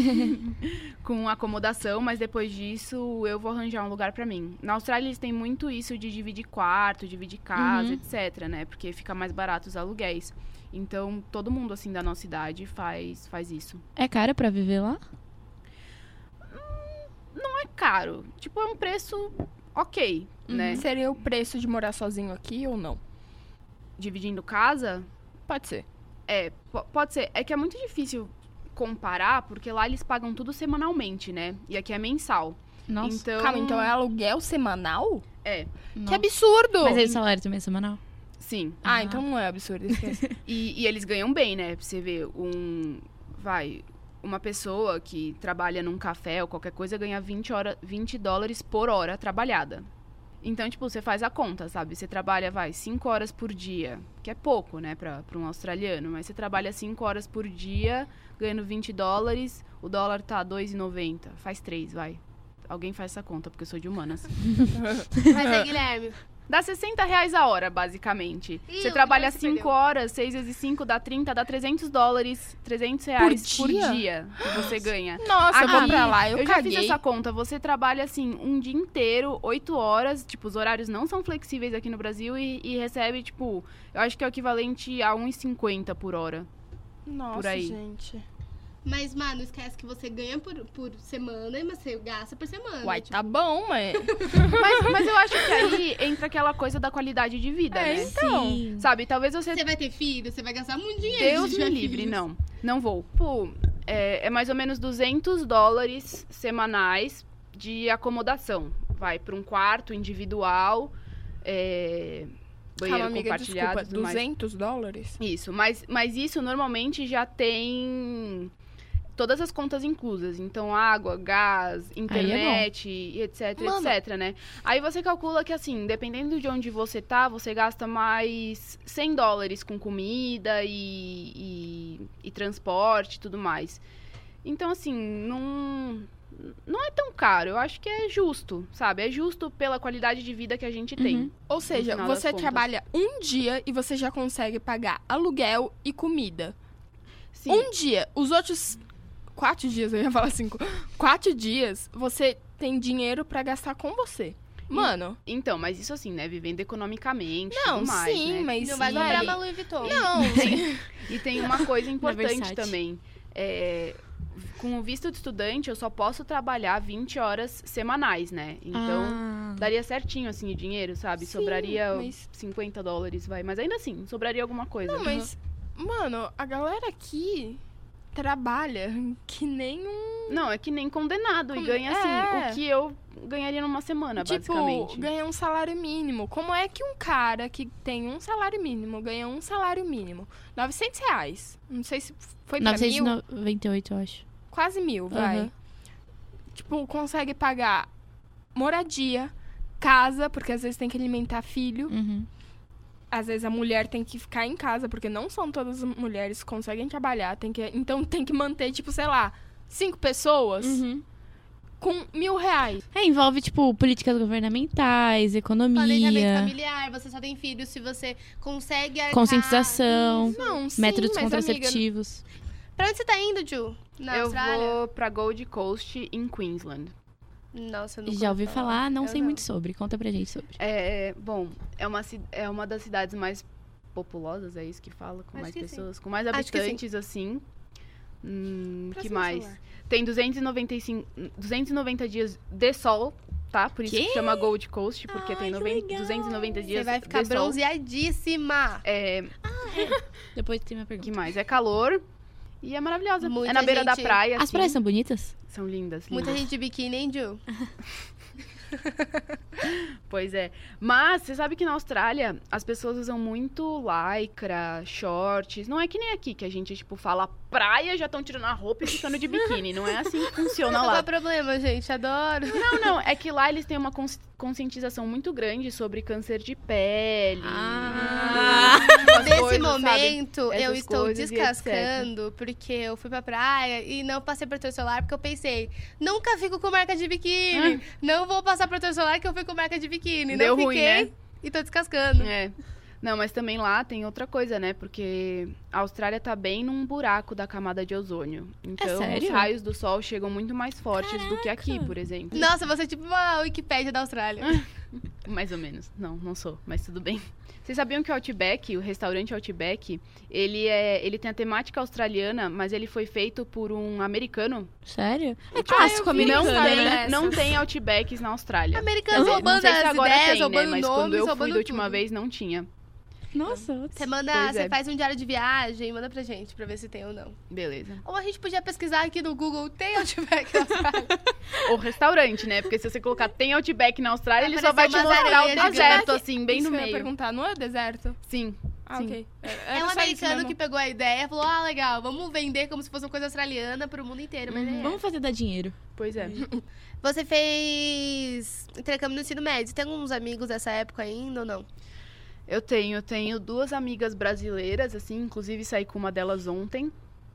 com acomodação, mas depois disso eu vou arranjar um lugar pra mim. Na Austrália eles têm muito isso de dividir quarto, dividir casa, Uhum. etc, né, porque fica mais barato os aluguéis. Então, todo mundo, assim, da nossa idade faz, faz isso. É caro pra viver lá? Não é caro, tipo, é um preço ok, né? Seria o preço de morar sozinho aqui ou não? Dividindo casa, Pode ser. é, po- pode ser. É que é muito difícil comparar, porque lá eles pagam tudo semanalmente, né? E aqui é mensal. Nossa. Então, Calma, então é aluguel semanal? é, Que Nossa. absurdo! Mas aí o salário também é semanal? sim. Ah, Ah. então não é absurdo. Esquece. E, e eles ganham bem, né? Pra você ver, um... Vai... Uma pessoa que trabalha num café ou qualquer coisa ganha vinte, hora, vinte dólares por hora trabalhada. Então, tipo, você faz a conta, sabe? Você trabalha, vai, cinco horas por dia, que é pouco, né, pra, pra um australiano. Mas você trabalha cinco horas por dia, ganhando vinte dólares, o dólar tá dois e noventa. Faz três, vai. Alguém faz essa conta, porque eu sou de humanas. Mas aí, Guilherme. Dá sessenta reais a hora, basicamente. Ih, você o trabalha Guilherme se cinco perdeu. horas, seis vezes cinco dá trinta, dá trezentos dólares, trezentos reais por dia? dia, que você ganha. Nossa, eu vou Aqui, pra lá, eu, já caguei. fiz essa conta. Você trabalha, assim, um dia inteiro, oito horas. Tipo, os horários não são flexíveis aqui no Brasil e, e recebe, tipo, eu acho que é o equivalente a um e cinquenta por hora. Nossa, por aí. gente. Mas, mano, esquece que você ganha por, por semana, mas você gasta por semana. Uai, tipo, tá bom, mas... Mas, mas eu acho que aí entra aquela coisa da qualidade de vida, É, né? então. Sim. Sabe, talvez você Você vai ter filho, você vai gastar muito dinheiro. Deus se me tiver livre, filhos. não. Não vou. Pô, é, é mais ou menos duzentos dólares semanais de acomodação. Vai para um quarto individual, é, banheiro Calma, amiga, compartilhado. desculpa, tudo mais. duzentos dólares? Isso, mas, mas isso normalmente já tem todas as contas inclusas. Então, água, gás, internet, e etc, Mano. etc, né? Aí você calcula que, assim, dependendo de onde você tá, você gasta mais cem dólares com comida e, e, e transporte e tudo mais. Então, assim, não, não é tão caro. Eu acho que é justo, sabe? É justo pela qualidade de vida que a gente tem. Uhum. Ou seja, final das você contas. trabalha um dia e você já consegue pagar aluguel e comida. Sim. Um dia. Os outros quatro dias, eu ia falar cinco. Quatro dias, você tem dinheiro pra gastar com você. Mano, Então, mas isso assim, né? Vivendo economicamente e não, tudo mais, sim, né? mas... Não vai velho, comprar uma Louis Vuitton. Não, E tem uma coisa importante Versace. também. É, com o visto de estudante, eu só posso trabalhar vinte horas semanais, né? Então, Ah. daria certinho, assim, o dinheiro, sabe? Sim, sobraria mas- cinquenta dólares, vai. Mas ainda assim, sobraria alguma coisa. Não, mas, mano, a galera aqui trabalha que nem um... Não, é que nem condenado. Com- E ganha, assim, é. o que eu ganharia numa semana, Tipo, basicamente. ganha um salário mínimo. Como é que um cara que tem um salário mínimo ganha um salário mínimo? novecentos reais. Não sei se foi pra novecentos e mil. noventa e oito, eu acho. Quase mil, vai. Uhum. Tipo, consegue pagar moradia, casa, porque às vezes tem que alimentar filho. Uhum. Às vezes a mulher tem que ficar em casa, porque não são todas as mulheres que conseguem trabalhar. Tem que, então tem que manter, tipo, sei lá, cinco pessoas Uhum. com mil reais. É, envolve, tipo, políticas governamentais, Planejamento economia, familiar, você só tem filhos se você consegue arcar. conscientização, Não, sim, métodos mas, amiga, contraceptivos. Pra onde você tá indo, Ju? Na eu Austrália? vou pra Gold Coast, em Queensland. Nossa, eu não Já ouvi falar, não Eu sei muito sobre. Conta pra gente sobre. É, bom, é uma, ci- é uma das cidades mais populosas, é isso que fala? Com Acho mais que pessoas, com mais Acho que sim. habitantes, assim. Hum, Presta que no mais? celular. Tem duzentos e noventa e cinco, duzentos e noventa dias de sol, tá? Por isso Quê? que chama Gold Coast, porque Ai, tem que noventa, legal. duzentos e noventa dias Você vai ficar de sol. bronzeadíssima. É, Depois tem uma que pergunta. mais? É calor e é maravilhosa. Muita é na beira da gente- praia, As assim. praias são bonitas? São lindas, lindas. Muita gente de biquíni, hein, Ju? Pois é. Mas você sabe que na Austrália as pessoas usam muito lycra, shorts. Não é que nem aqui que a gente, tipo, fala praia, já estão tirando a roupa e ficando de biquíni. Não é assim que funciona Qual é lá. o problema, gente? Adoro. Não, não. É que lá eles têm uma cons- conscientização muito grande sobre câncer de pele. Ah. essas Nesse coisas, sabe? momento, eu Essas estou coisas e descascando porque eu fui pra praia e não passei protetor solar porque eu pensei, nunca fico com marca de biquíni. Não vou passar protetor solar que eu fico com marca de biquíni. Deu não ruim, fiquei né? e tô descascando. É. Não, mas também lá tem outra coisa, né? Porque a Austrália tá bem num buraco da camada de ozônio. Então, os sério? raios do sol chegam muito mais fortes do que aqui, por exemplo. Nossa, você é tipo uma Wikipédia da Austrália. Mais ou menos. Não, não sou, mas tudo bem. Vocês sabiam que o Outback, o restaurante Outback, ele, é, ele tem a temática australiana, mas ele foi feito por um americano? Sério? É Ah, clássico eu vi Não americano, história tem, né? dessas. não tem Outbacks na Austrália. Americanos Não roubando sei se as agora ideias, tem, né? roubando Mas nomes, quando eu fui roubando da última tudo. vez, não tinha. Nossa, Você manda, Pois você é. faz um diário de viagem, manda pra gente pra ver se tem ou não. Beleza. Ou a gente podia pesquisar aqui no Google, tem Outback na Austrália? Ou restaurante, né? Porque se você colocar tem Outback na Austrália, Vai ele só vai te aparecer umas mostrar o areias deserto, gigantes. assim, bem Isso no que eu ia meio. perguntar, não é deserto? Sim. Ah, Sim. ok. É um americano que pegou a ideia e falou, ah, legal, vamos vender como se fosse uma coisa australiana pro mundo inteiro. Mas é. Vamos fazer dar dinheiro. Pois é. Você fez intercâmbio no ensino médio. Você tem alguns amigos dessa época ainda ou não? Eu tenho, eu tenho duas amigas brasileiras, assim, inclusive saí com uma delas ontem.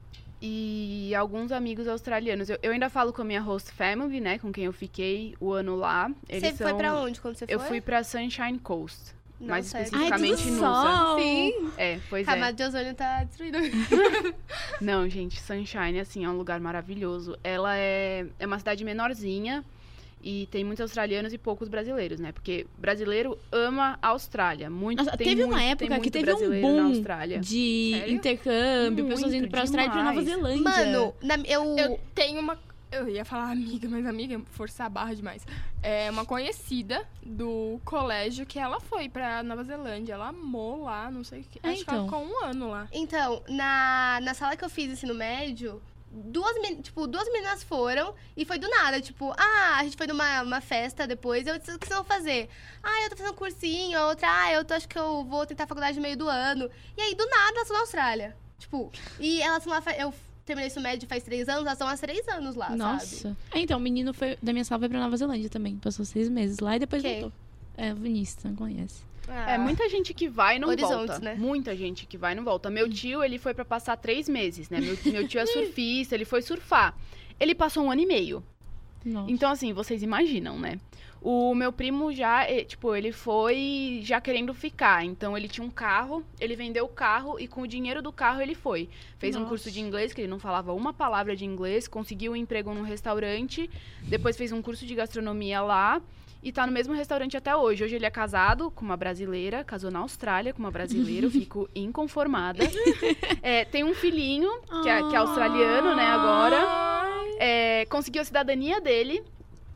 E alguns amigos australianos. Eu, eu ainda falo com a minha host family, né? Com quem eu fiquei o ano lá. Eles você foi são- pra onde quando você Eu foi? fui pra Sunshine Coast. mais Nossa, é especificamente Ai, tudo Noosa. sol. Sim. É, pois é. Camada de ozônio tá destruída. Não, gente, Sunshine, assim, é um lugar maravilhoso. Ela é, é uma cidade menorzinha e tem muitos australianos e poucos brasileiros, né? Porque brasileiro ama a Austrália. Muito, Nossa, tem teve muito, uma tem época que muito teve um brasileiro na boom Austrália. de Sério? intercâmbio, pessoas Muito, indo pra Austrália e pra Nova demais. Zelândia. Mano, na- eu... Eu tenho uma. Eu ia falar amiga, mas amiga, forçar a barra demais. É uma conhecida do colégio que ela foi pra Nova Zelândia. Ela amou lá, não sei o que. É, Acho que ela então. ficou um ano lá. Então, na, na sala que eu fiz ensino médio, duas, men- tipo, duas meninas foram e foi do nada. Tipo, ah, a gente foi numa uma festa depois. Eu disse, o que vocês vão fazer? Ah, eu tô fazendo cursinho. A outra, ah, eu tô, acho que eu vou tentar faculdade no meio do ano. E aí, do nada, elas estão na Austrália. Tipo, e elas estão lá... fa- Eu terminei ensino médio faz três anos, elas estão há três anos lá, sabe? Nossa. É, então, o menino foi, da minha sala foi pra Nova Zelândia também. Passou seis meses lá e depois Quem? voltou. É, o Vinícius, não conhece. Ah. É muita gente que vai e não Horizontes, volta. né? Muita gente que vai e não volta. Meu tio, ele foi pra passar três meses, né? Meu, meu tio é surfista, ele foi surfar. Ele passou um ano e meio. Nossa. Então, assim, vocês imaginam, né? O meu primo já, eh, tipo, ele foi já querendo ficar. Então, ele tinha um carro, ele vendeu o carro e com o dinheiro do carro ele foi. Fez um Nossa. curso de inglês, que ele não falava uma palavra de inglês, conseguiu um emprego num restaurante, depois fez um curso de gastronomia lá e tá no mesmo restaurante até hoje. Hoje ele é casado com uma brasileira, casou na Austrália com uma brasileira, eu fico inconformada. É, tem um filhinho, que é, que é australiano, né, agora. É, conseguiu a cidadania dele.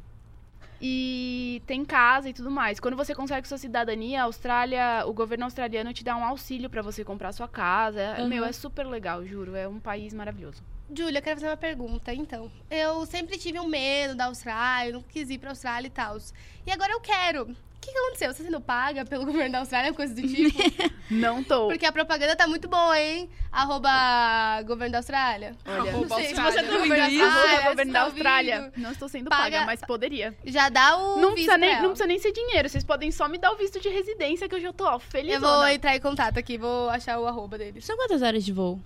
E tem casa e tudo mais. Quando você consegue sua cidadania, a Austrália, o governo australiano te dá um auxílio pra você comprar sua casa. É- Uhum. Meu, é super legal, juro. É um país maravilhoso. Júlia, eu quero fazer uma pergunta, então. Eu sempre tive um medo da Austrália, nunca quis ir pra Austrália e tal. E agora eu quero. O que, que aconteceu? Você sendo paga pelo governo da Austrália, coisa do tipo? Não tô. Porque a propaganda tá muito boa, hein? Arroba governo da Austrália. Olha, Arroba não sei, Austrália. se você tá Ouvindo ouvindo isso? Austrália, Arroba governo você da tá Austrália. ouvindo, Não estou sendo Paga- paga, mas poderia. já dá o Não visto precisa, nem, pra não ela. precisa nem ser dinheiro. Vocês podem só me dar o visto de residência que eu já tô, ó, feliz. Eu vou entrar em contato aqui, vou achar o arroba deles. São quantas horas de voo?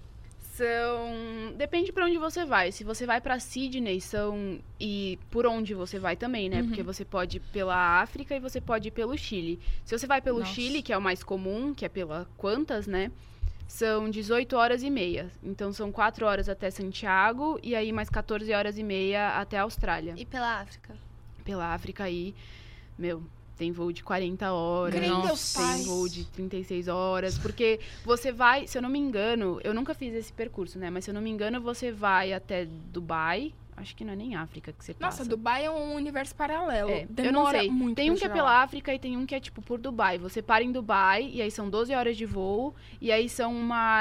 São... Depende pra onde você vai. Se você vai pra Sydney, são... E por onde você vai também, né? Uhum. Porque você pode ir pela África e você pode ir pelo Chile. Se você vai pelo Nossa. Chile, que é o mais comum, que é pela Qantas, né? São dezoito horas e meia. Então, são quatro horas até Santiago e aí mais quatorze horas e meia até a Austrália. E pela África. Pela África aí, meu... Tem voo de quarenta horas, Crê em Deus, tem pais. voo de trinta e seis horas, porque você vai, se eu não me engano, eu nunca fiz esse percurso, né? Mas se eu não me engano, você vai até Dubai, acho que não é nem África que você passa. Nossa, Dubai é um universo paralelo. É, Demora eu não sei. muito Tem um pra que é chegar pela lá. África e tem um que é, tipo, por Dubai. Você para em Dubai e aí são doze horas de voo. E aí são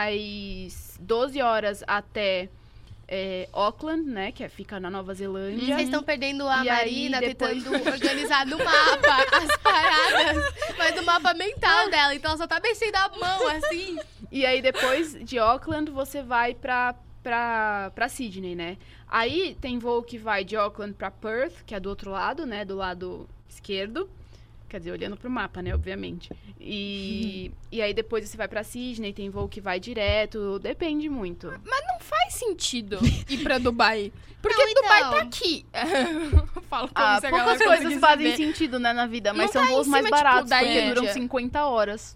mais doze horas até é, Auckland, né? Que é, fica na Nova Zelândia. Vocês estão perdendo a E aí, Marina depois- tentando organizar no mapa as paradas, mas no mapa mental dela. Então ela só tá mexendo a mão assim. E aí, depois de Auckland, você vai pra, pra, pra Sydney, né? Aí, tem voo que vai de Auckland pra Perth, que é do outro lado, né? Do lado esquerdo. Quer dizer, olhando pro mapa, né? Obviamente. E, e aí, depois você vai pra Sydney, tem voo que vai direto. Depende muito. Não faz sentido ir pra Dubai. Porque Não, então. Dubai tá aqui. Eu falo como Ah, se a poucas galera coisas conseguisse fazem ver. sentido, né, na vida. Mas Não são tá em voos mais cima, tipo, baratos, da porque duram Índia. cinquenta horas.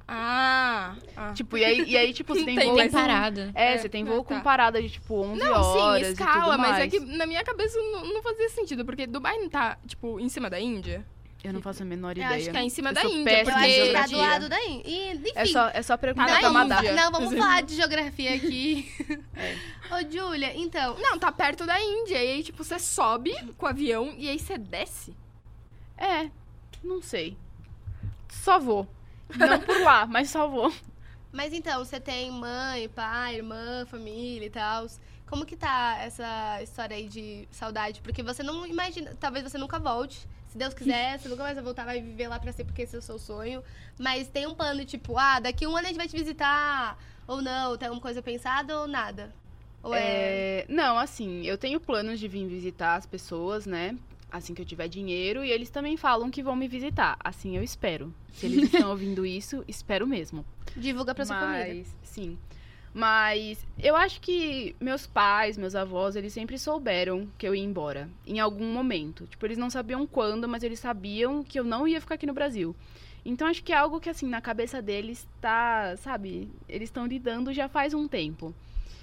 Ah, ah. Tipo, e aí, e aí tipo, você tem Tem voo... Tem mais um- parada. É, É, você tem ah, voo tá. com parada de, tipo, onze Não, horas sim, e tudo escala, mas mais. é que na minha cabeça não, não fazia sentido, porque Dubai não tá, tipo, em cima da Índia? Eu não faço a menor Eu ideia. acho Acho que é em cima Eu da sou Índia, péssima Eu em acho que porque... tá do geografia. lado da Índia. E, enfim. É só, é só perguntar Tá pra na Madá. Índia. Não, vamos falar de geografia aqui. É. Ô, Júlia, então. Não, tá perto da Índia, e aí, tipo, você sobe com o avião, e aí você desce? É, não sei. Só vou. Não por lá, mas só vou. Mas então, você tem mãe, pai, irmã, família e tal. Como que tá essa história aí de saudade? Porque você não imagina, talvez você nunca volte. Se Deus quiser, você nunca mais vai voltar, vai viver lá pra sempre, porque esse é o seu sonho. Mas tem um plano, tipo, ah, daqui um ano a gente vai te visitar, ou não, tem alguma coisa pensada ou nada? Ou é... É, não, assim, eu tenho planos de vir visitar as pessoas, né? Assim que eu tiver dinheiro. E eles também falam que vão me visitar. Assim eu espero. Se eles estão ouvindo isso, espero mesmo. Divulga pra sua família. Mas, sim. Mas eu acho que meus pais, meus avós, eles sempre souberam que eu ia embora. Em algum momento. Tipo, eles não sabiam quando, mas eles sabiam que eu não ia ficar aqui no Brasil. Então, acho que é algo que, assim, na cabeça deles tá, sabe? Eles estão lidando já faz um tempo.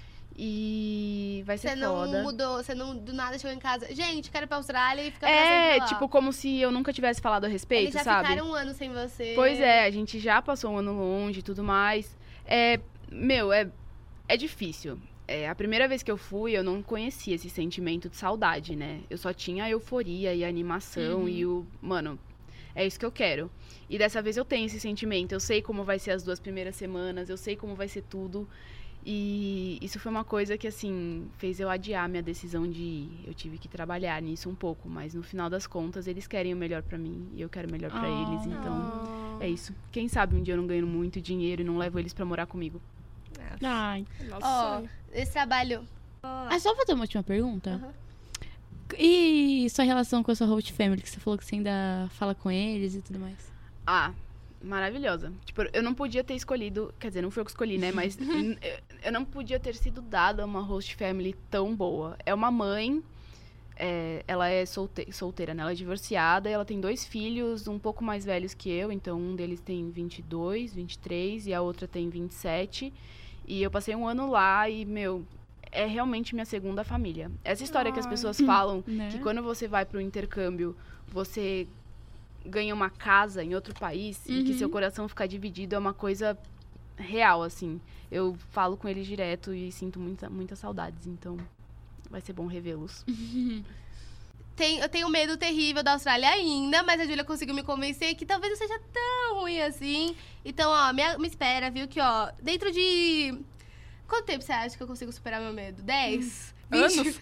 E vai ser Você não foda. mudou, você não do nada chegou em casa. Gente, quero ir pra Austrália e ficar pra É, sempre lá. tipo, como se eu nunca tivesse falado a respeito, Eles já sabe? ficaram um ano sem você. Pois é, a gente já passou um ano longe e tudo mais. É, meu, é, é difícil. É, a primeira vez que eu fui, eu não conhecia esse sentimento de saudade, né? Eu só tinha a euforia e a animação Uhum. e o... Mano, é isso que eu quero. E dessa vez eu tenho esse sentimento. Eu sei como vai ser as duas primeiras semanas, eu sei como vai ser tudo. E isso foi uma coisa que, assim, fez eu adiar minha decisão de ir. Eu tive que trabalhar nisso um pouco, mas no final das contas, eles querem o melhor pra mim e eu quero o melhor pra Ah. eles, então... Ah. É isso. Quem sabe um dia eu não ganho muito dinheiro e não levo eles pra morar comigo. Ai. Nossa. Ó, esse trabalho. Ah, só fazer uma última pergunta? Aham. E sua relação com a sua host family, que você falou que você ainda fala com eles e tudo mais? Ah, maravilhosa. Tipo, eu não podia ter escolhido... Quer dizer, não foi eu que escolhi, né? Mas n- eu- eu não podia ter sido dada uma host family tão boa. É uma mãe... é, ela é solte- solteira, né? Ela é divorciada e ela tem dois filhos um pouco mais velhos que eu. Então, um deles tem vinte e dois, vinte e três e a outra tem vinte e sete. E eu passei um ano lá e, meu... É realmente minha segunda família. Essa história que as Ai. pessoas falam Né? que quando você vai pro intercâmbio, você ganha uma casa em outro país e que Uhum. seu coração fica dividido é uma coisa real, assim. Eu falo com eles direto e sinto muita, muitas saudades, então vai ser bom revê-los. Tem, eu tenho medo terrível da Austrália ainda, mas a Júlia conseguiu me convencer que talvez não seja tão ruim assim. Então, ó, me, me espera, viu? Que, ó, dentro de Quanto tempo você acha que eu consigo superar meu medo? dez? Anos? vinte?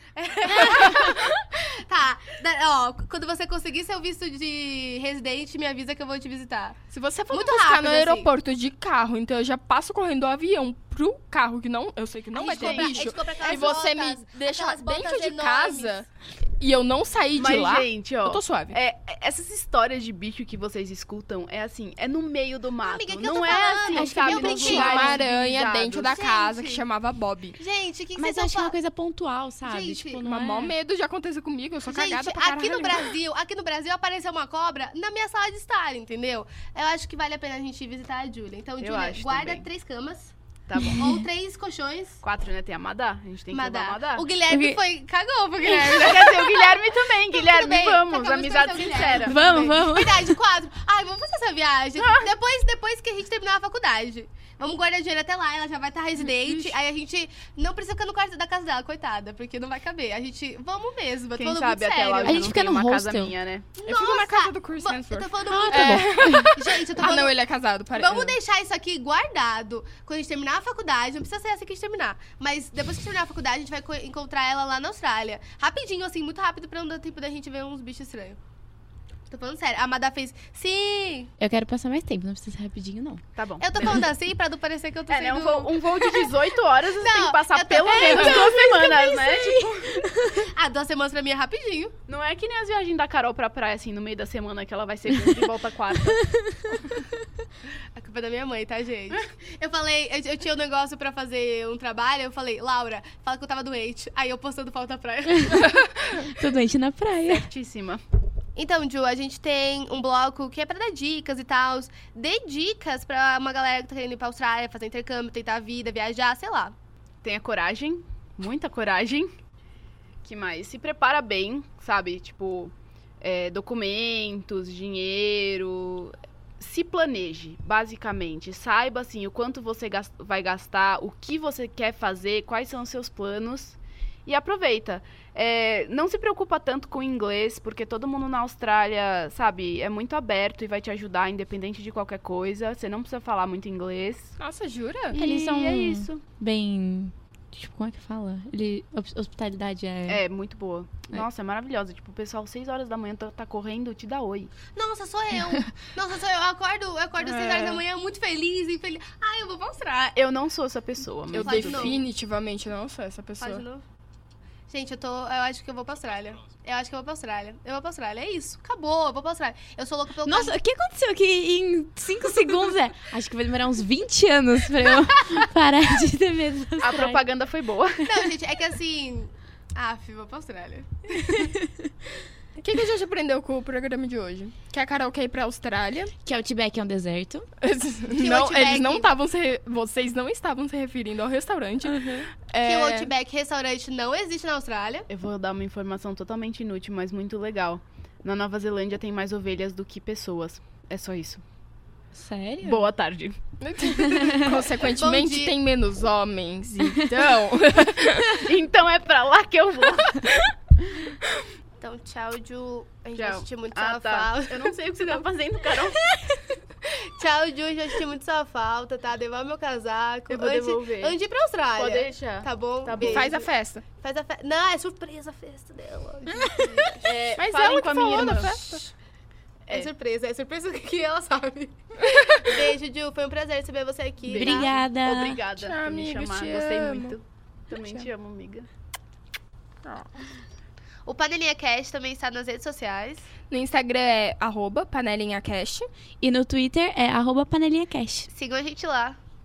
Tá, da- ó, quando você conseguir seu visto de residente, me avisa que eu vou te visitar. Se você for Muito me buscar rápido, no assim. aeroporto de carro, então eu já passo correndo do avião pro carro, que não, eu sei que não A vai gente ter compra- a bicho. gente compra aquelas E você me botas, deixa aquelas botas dentro de enormes. casa e eu não sair de Mas, lá, gente, ó. eu tô suave. É, é- essas histórias de bicho que vocês escutam, é assim, é no meio do mato. Amiga, que eu não tô é falando? assim, Acho que sabe, eu nos brinquei. Tinha uma lugares aranha civilizados. dentro da Gente. casa que chamava Bob. Gente, o que, que Mas vocês eu acho que é estão uma coisa pontual, sabe? Gente, tipo, não Mas é... mó medo de acontecer comigo, eu sou cagada Gente, pra caralho. aqui no Brasil, aqui no Brasil apareceu uma cobra na minha sala de estar, entendeu? Eu acho que vale a pena a gente visitar a Júlia. Então, Eu Júlia, acho guarda também. três camas Tá bom. ou três colchões. Quatro, né? Tem a Madá. A gente tem que levar a Madá. Madá. O Guilherme O Gui- foi... Cagou pro Guilherme. Quer dizer, o Guilherme também. Guilherme, Tudo bem, vamos. acabamos de Amizade conhecer o sincera. Guilherme. Vamos, Tudo bem. vamos. Verdade, quatro. Ai, vamos fazer essa viagem. Ah. Depois, depois que a gente terminar a faculdade. Vamos guardar dinheiro até lá, ela já vai estar residente. Aí a gente não precisa ficar no quarto da casa dela, coitada, porque não vai caber. A gente, vamos mesmo, eu tô Quem falando sabe muito até lá eu sério. já A gente não fica tenho no uma casa hostel. minha, né? Eu fico na casa do Chris Va- Hemsworth. Eu tô falando Ah, muito... tá É. Gente, eu tô Ah, falando... não, ele é casado. Para... Vamos deixar isso aqui guardado. Quando a gente terminar a faculdade, não precisa ser assim que a gente terminar. Mas depois que terminar a faculdade, a gente vai co- encontrar ela lá na Austrália. Rapidinho, assim, muito rápido pra não dar tempo da gente ver uns bichos estranhos. Tô falando sério. A Madá fez, sim! Eu quero passar mais tempo, não precisa ser rapidinho, não. Tá bom. Eu tô falando assim pra não parecer que eu tô É, sendo... né? Um voo, um voo de dezoito horas, você Não, tem que passar eu tô- pelo é, menos então, duas semanas, né? Tipo, Ah, duas semanas pra mim é rapidinho. não é que nem as viagens da Carol pra praia, assim, no meio da semana, que ela vai segunda e volta quarta. A culpa é da minha mãe, tá, gente? Eu falei, eu, eu tinha um negócio pra fazer um trabalho, eu falei, Laura, fala que eu tava doente. Aí eu postando foto da praia. Tô doente na praia. Certíssima. Então, Ju, a gente tem um bloco que é pra dar dicas e tal. Dê dicas pra uma galera que tá querendo ir pra Austrália, fazer intercâmbio, tentar a vida, viajar, sei lá. Tenha coragem, muita coragem. Que mais? Se prepara bem, sabe? Tipo, é, documentos, dinheiro. Se planeje, basicamente. Saiba, assim, o quanto você gas- vai gastar, o que você quer fazer, quais são os seus planos. E aproveita. É, não se preocupa tanto com o inglês, porque todo mundo na Austrália, sabe, é muito aberto e vai te ajudar, independente de qualquer coisa. Você não precisa falar muito inglês. Nossa, jura? Eles E são- é isso. Bem... Tipo, como é que fala? Ele... hos- Hospitalidade é... É, muito boa. É. Nossa, é maravilhosa. Tipo, o pessoal, seis horas da manhã, tá, tá correndo, te dá oi. Nossa, sou eu. Nossa, sou eu. Eu acordo, eu acordo às seis horas da manhã muito feliz e feliz. Ah, eu vou mostrar. Eu não sou essa pessoa, mas Eu Faz de novo. definitivamente não sou essa Faz pessoa. de novo. Gente, eu tô. Eu acho que eu vou pra Austrália. Eu acho que eu vou pra Austrália. Eu vou pra Austrália. É isso. Acabou, eu vou pra Austrália. Eu sou louca pelo Nossa, o que aconteceu aqui em cinco segundos? É, acho que vai demorar uns vinte anos pra eu parar de ter medo da a Austrália. propaganda foi boa. Não, gente, é que assim. Ah, fui, vou pra Austrália. O que, que a gente aprendeu com o programa de hoje? Que a Carol quer ir pra Austrália. Que Outback é um deserto. Não, Outback- eles não estavam se... re- Vocês não estavam se referindo ao restaurante. É, Que o Outback restaurante não existe na Austrália. Eu vou dar uma informação totalmente inútil, mas muito legal. Na Nova Zelândia tem mais ovelhas do que pessoas. É só isso. Sério? Boa tarde. Bom Consequentemente, dia. tem menos homens. Então... Então é pra lá que eu vou. Então, tchau, Ju. A gente Tchau. vai assistir muito Ah, sua tá. falta. Eu não sei o que você tá fazendo, Carol. Tchau, Ju. Já assisti muito sua falta, tá? Devolve meu casaco. Eu vou antes, devolver. Antes de ir pra Austrália. Pode deixar. Tá bom? Tá bom. Beijo. Faz a festa. Faz a festa. Não, é surpresa a festa dela. É, Mas falem ela com que a minha falou da irmã. festa. É. É. surpresa, é surpresa que ela sabe. Beijo, Ju. Foi um prazer receber você aqui. Beijo. tá? Obrigada. Obrigada Tchau, por me amiga, chamar. te Gostei amo. muito. Também Te te amo, amiga. O Panelinha Cast também está nas redes sociais. No Instagram é arroba panelinhacast. E no Twitter é arroba panelinhacast. Sigam a gente lá.